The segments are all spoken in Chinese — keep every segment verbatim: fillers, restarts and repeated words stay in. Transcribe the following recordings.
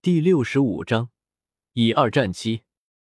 第六十五章以二战七。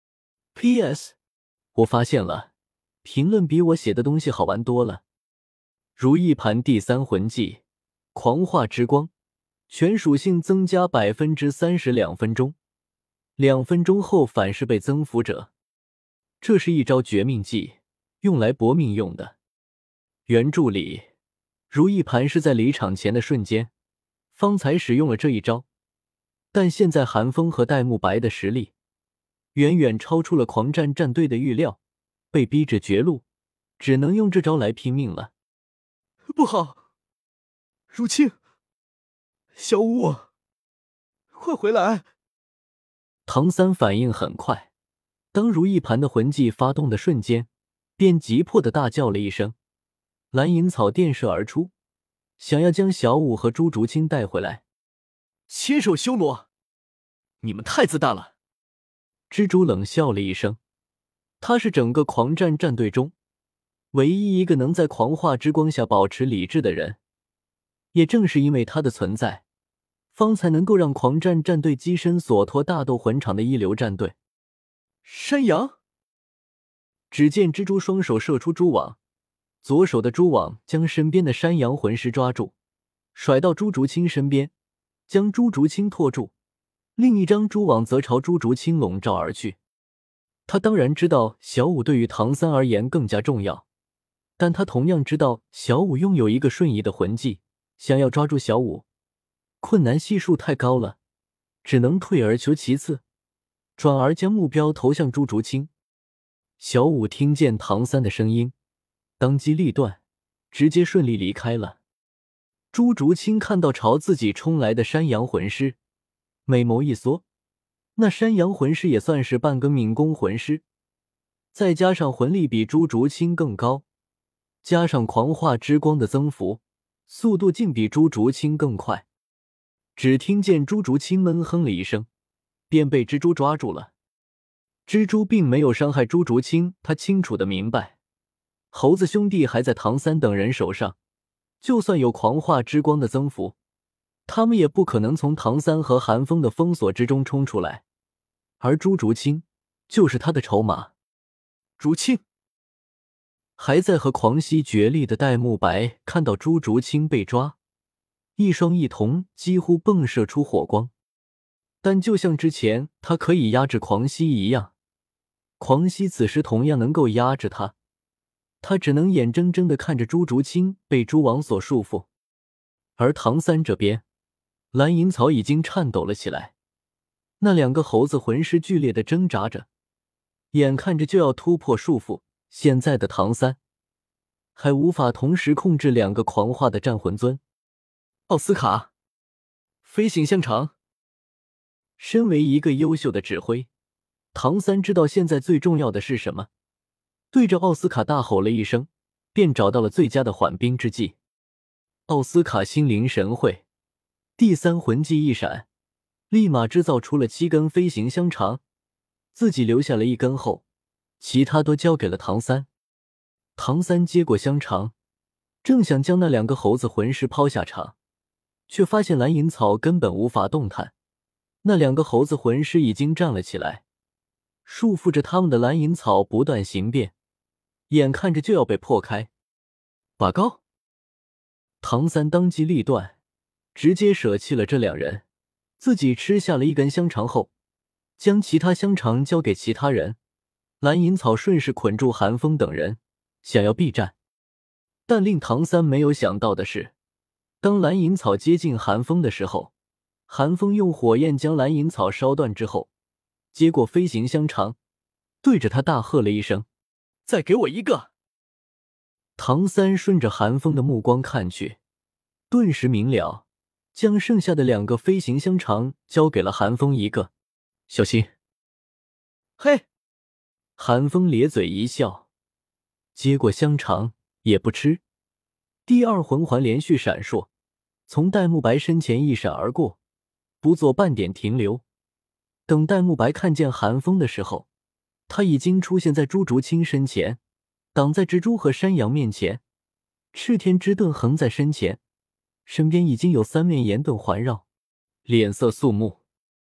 P S 我发现了，评论比我写的东西好玩多了。如意盘第三魂技狂化之光，全属性增加 百分之三十 两分钟，两分钟后反噬被增幅者。这是一招绝命技，用来搏命用的。原著里，如意盘是在离场前的瞬间方才使用了这一招，但现在韩风和戴沐白的实力远远超出了狂战战队的预料，被逼着绝路，只能用这招来拼命了。 不好，如清，小五，快回来！ 唐三反应很快，当如意盘的魂技发动的瞬间，便急迫地大叫了一声，蓝银草电射而出，想要将小五和朱竹清带回来。 千手修罗，你们太自大了！ 蜘蛛冷笑了一声，他是整个狂战战队中唯一一个能在狂化之光下保持理智的人，也正是因为他的存在，方才能够让狂战战队跻身索托大斗魂场的一流战队。 山羊， 只见蜘蛛双手射出蛛网，左手的蛛网将身边的山羊魂师抓住，甩到朱竹清身边，将朱竹清拖住，另一张蛛网则朝朱竹清笼罩而去。他当然知道小五对于唐三而言更加重要，但他同样知道小五拥有一个瞬移的魂技，想要抓住小五，困难系数太高了，只能退而求其次，转而将目标投向朱竹清。小五听见唐三的声音，当机立断，直接顺利离开了。朱竹清看到朝自己冲来的山羊魂师，美眸一缩，那山羊魂师也算是半个敏攻魂师，再加上魂力比朱竹清更高，加上狂化之光的增幅，速度竟比朱竹清更快。只听见朱竹清闷哼了一声，便被蜘蛛抓住了。蜘蛛并没有伤害朱竹清，他清楚地明白，猴子兄弟还在唐三等人手上，就算有狂化之光的增幅，他们也不可能从唐三和韩风的封锁之中冲出来，而朱竹清就是他的筹码。 竹清， 还在和狂熙决力的戴沐白看到朱竹清被抓，一双一瞳几乎迸射出火光，但就像之前他可以压制狂熙一样，狂熙此时同样能够压制他，他只能眼睁睁地看着朱竹清被蛛网所束缚。而唐三这边，蓝银草已经颤抖了起来，那两个猴子魂师剧烈地挣扎着，眼看着就要突破束缚，现在的唐三还无法同时控制两个狂化的战魂尊。 奥斯卡，飞行香肠。 身为一个优秀的指挥，唐三知道现在最重要的是什么，对着奥斯卡大吼了一声，便找到了最佳的缓兵之计。奥斯卡心领神会，第三魂技一闪，立马制造出了七根飞行香肠，自己留下了一根后，其他都交给了唐三。唐三接过香肠，正想将那两个猴子魂师抛下场，却发现蓝银草根本无法动弹，那两个猴子魂师已经站了起来，束缚着他们的蓝银草不断形变，眼看着就要被破开。拔高！唐三当机立断，直接舍弃了这两人，自己吃下了一根香肠后，将其他香肠交给其他人。蓝银草顺势捆住韩风等人，想要避战。但令唐三没有想到的是，当蓝银草接近韩风的时候，韩风用火焰将蓝银草烧断之后，接过飞行香肠，对着他大喝了一声：“ 再给我一个！” 唐三顺着韩风的目光看去，顿时明了，将剩下的两个飞行香肠交给了韩风一个。小心！ 嘿！ 韩风咧嘴一笑，接过香肠也不吃。第二魂环连续闪烁，从戴沐白身前一闪而过，不做半点停留。等戴沐白看见韩风的时候，他已经出现在朱竹清身前，挡在蜘蛛和山羊面前，赤天之盾横在身前，身边已经有三面岩盾环绕，脸色肃穆。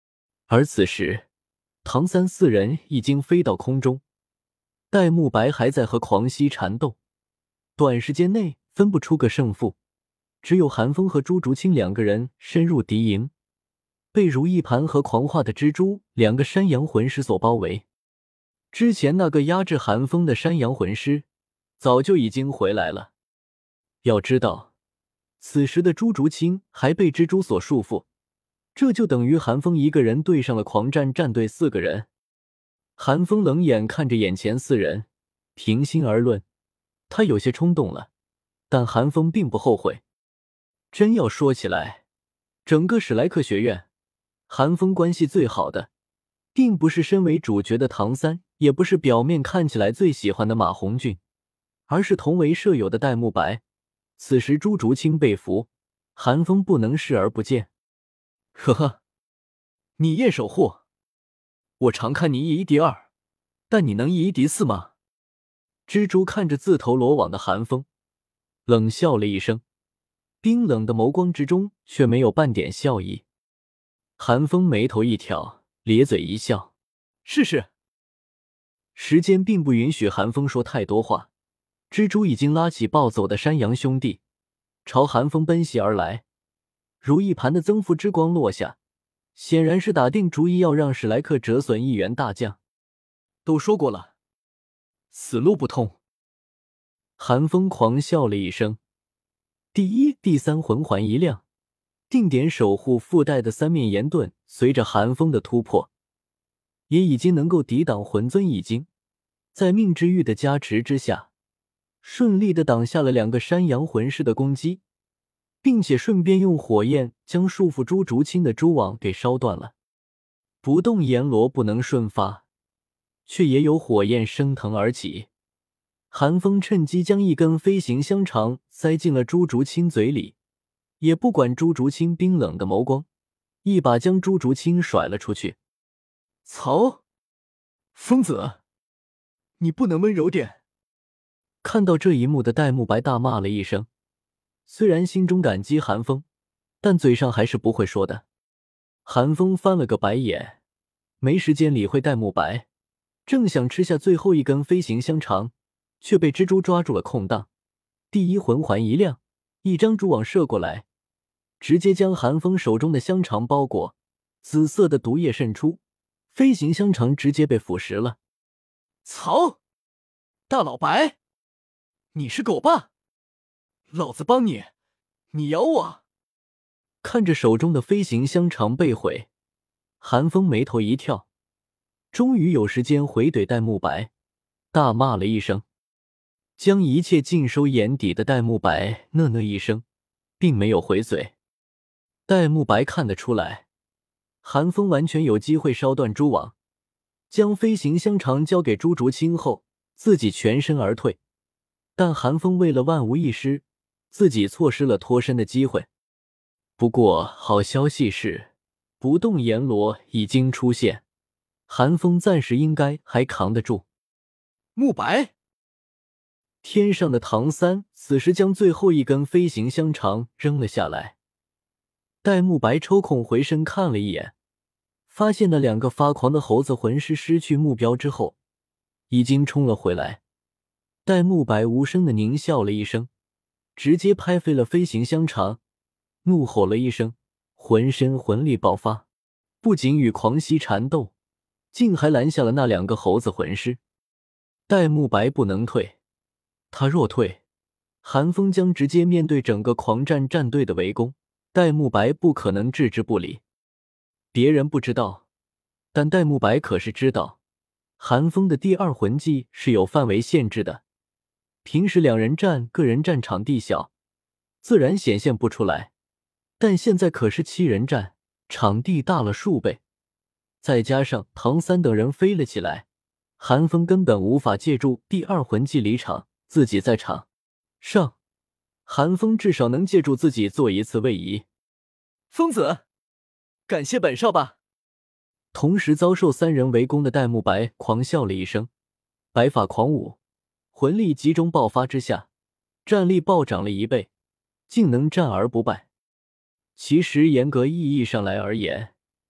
而此时，唐三四人已经飞到空中，戴沐白还在和狂熙缠斗，短时间内分不出个胜负。只有韩风和朱竹清两个人深入敌营，被如意盘和狂化的蜘蛛两个山羊魂师所包围。之前那个压制韩风的山羊魂师早就已经回来了。要知道，此时的朱竹清还被蜘蛛所束缚，这就等于韩风一个人对上了狂战战队四个人。韩风冷眼看着眼前四人，平心而论，他有些冲动了，但韩风并不后悔。真要说起来，整个史莱克学院，韩风关系最好的，并不是身为主角的唐三，也不是表面看起来最喜欢的马红俊，而是同为舍友的戴沐白。此时朱竹清被俘，韩风不能视而不见。 呵呵，你验守护，我常看你一一敌二，但你能一一敌四吗？ 蜘蛛看着自投罗网的韩风，冷笑了一声，冰冷的眸光之中却没有半点笑意。韩风眉头一挑，咧嘴一笑， 试试。 时间并不允许韩风说太多话，蜘蛛已经拉起暴走的山羊兄弟，朝韩风奔袭而来。如意盘的增幅之光落下，显然是打定主意要让史莱克折损一员大将。 都说过了，死路不通。 韩风狂笑了一声，第一、第三魂环一亮，定点守护附带的三面岩盾随着韩风的突破，也已经能够抵挡魂尊一击，在命之玉的加持之下，顺利地挡下了两个山羊魂师的攻击，并且顺便用火焰将束缚朱竹清的蛛网给烧断了。不动阎罗不能瞬发，却也有火焰升腾而起。韩风趁机将一根飞行香肠塞进了朱竹清嘴里，也不管朱竹清冰冷的眸光，一把将朱竹清甩了出去。 曹疯子，你不能温柔点。 看到这一幕的戴沐白大骂了一声，虽然心中感激韩风，但嘴上还是不会说的。韩风翻了个白眼，没时间理会戴沐白，正想吃下最后一根飞行香肠，却被蜘蛛抓住了空档。第一魂环一亮，一张蛛网射过来，直接将韩风手中的香肠包裹，紫色的毒液渗出，飞行香肠直接被腐蚀了。 曹大老白，你是狗爸，老子帮你，你咬我。 看着手中的飞行香肠被毁，韩风眉头一跳，终于有时间回怼戴沐白，大骂了一声。将一切尽收眼底的戴沐白呐呐一声，并没有回嘴。戴沐白看得出来，韩风完全有机会烧断蛛网，将飞行香肠交给朱竹清后，自己全身而退。但韩风为了万无一失，自己错失了脱身的机会。不过好消息是，不动阎罗已经出现，韩风暂时应该还扛得住。 沐白， 天上的唐三此时将最后一根飞行香肠扔了下来。戴沐白抽空回身看了一眼，发现那两个发狂的猴子魂师失去目标之后，已经冲了回来。戴沐白无声的狞笑了一声，直接拍飞了飞行香肠，怒吼了一声，浑身魂力爆发，不仅与狂熙缠斗，竟还拦下了那两个猴子魂师。戴沐白不能退，他若退，韩风将直接面对整个狂战战队的围攻，戴沐白不可能置之不理。别人不知道，但戴沐白可是知道，韩风的第二魂技是有范围限制的，平时两人战个人战场地小，自然显现不出来，但现在可是七人战，场地大了数倍，再加上唐三等人飞了起来，韩风根本无法借助第二魂技离场，自己在场上，韩风至少能借助自己做一次位移。 疯子，感谢本少吧。 同时遭受三人围攻的戴沐白狂笑了一声，白发狂舞，魂力集中爆发之下，战力暴涨了一倍，竟能战而不败。其实严格意义上来而言，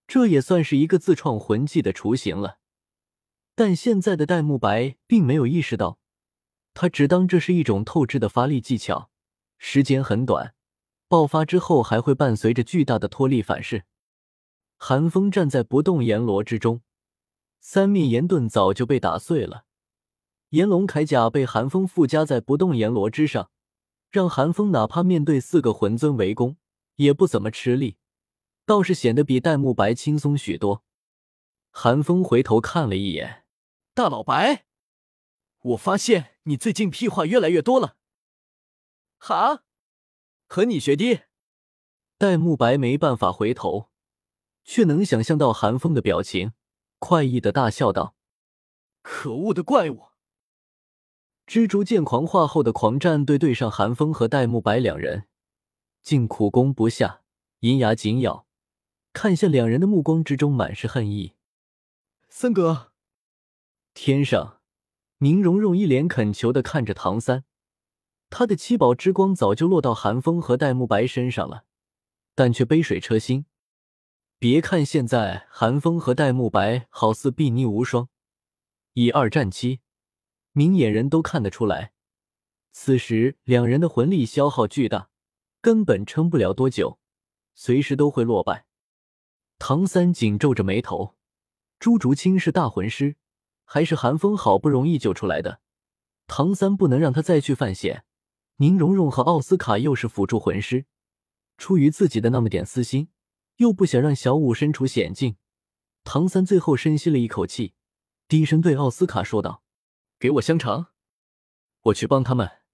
这也算是一个自创魂技的雏形了。但现在的戴沐白并没有意识到，他只当这是一种透支的发力技巧，时间很短，爆发之后还会伴随着巨大的脱力反噬。寒风站在不动阎罗之中，三面炎盾早就被打碎了，炎龙铠甲被寒风附加在不动阎罗之上，让寒风哪怕面对四个魂尊围攻也不怎么吃力，倒是显得比戴沐白轻松许多。寒风回头看了一眼， 大老白，我发现你最近屁话越来越多了。哈？和你学弟？ 戴沐白没办法回头，却能想象到寒风的表情，快意的大笑道： 可恶的怪物！ 蜘蛛剑狂化后的狂战队对上寒风和戴沐白两人，竟苦攻不下，银牙紧咬，看向两人的目光之中满是恨意。 三哥！ 天上，宁荣荣一脸恳求地看着唐三，他的七宝之光早就落到寒风和戴沐白身上了，但却杯水车薪。别看现在寒风和戴沐白好似睥睨无双，以二战七，明眼人都看得出来，此时两人的魂力消耗巨大，根本撑不了多久，随时都会落败。唐三紧皱着眉头，朱竹清是大魂师，还是寒风好不容易救出来的，唐三不能让他再去犯险。宁荣荣和奥斯卡又是辅助魂师，出于自己的那么点私心，又不想让小五身处险境，唐三最后深吸了一口气，低声对奥斯卡说道：给我香肠，我去帮他们。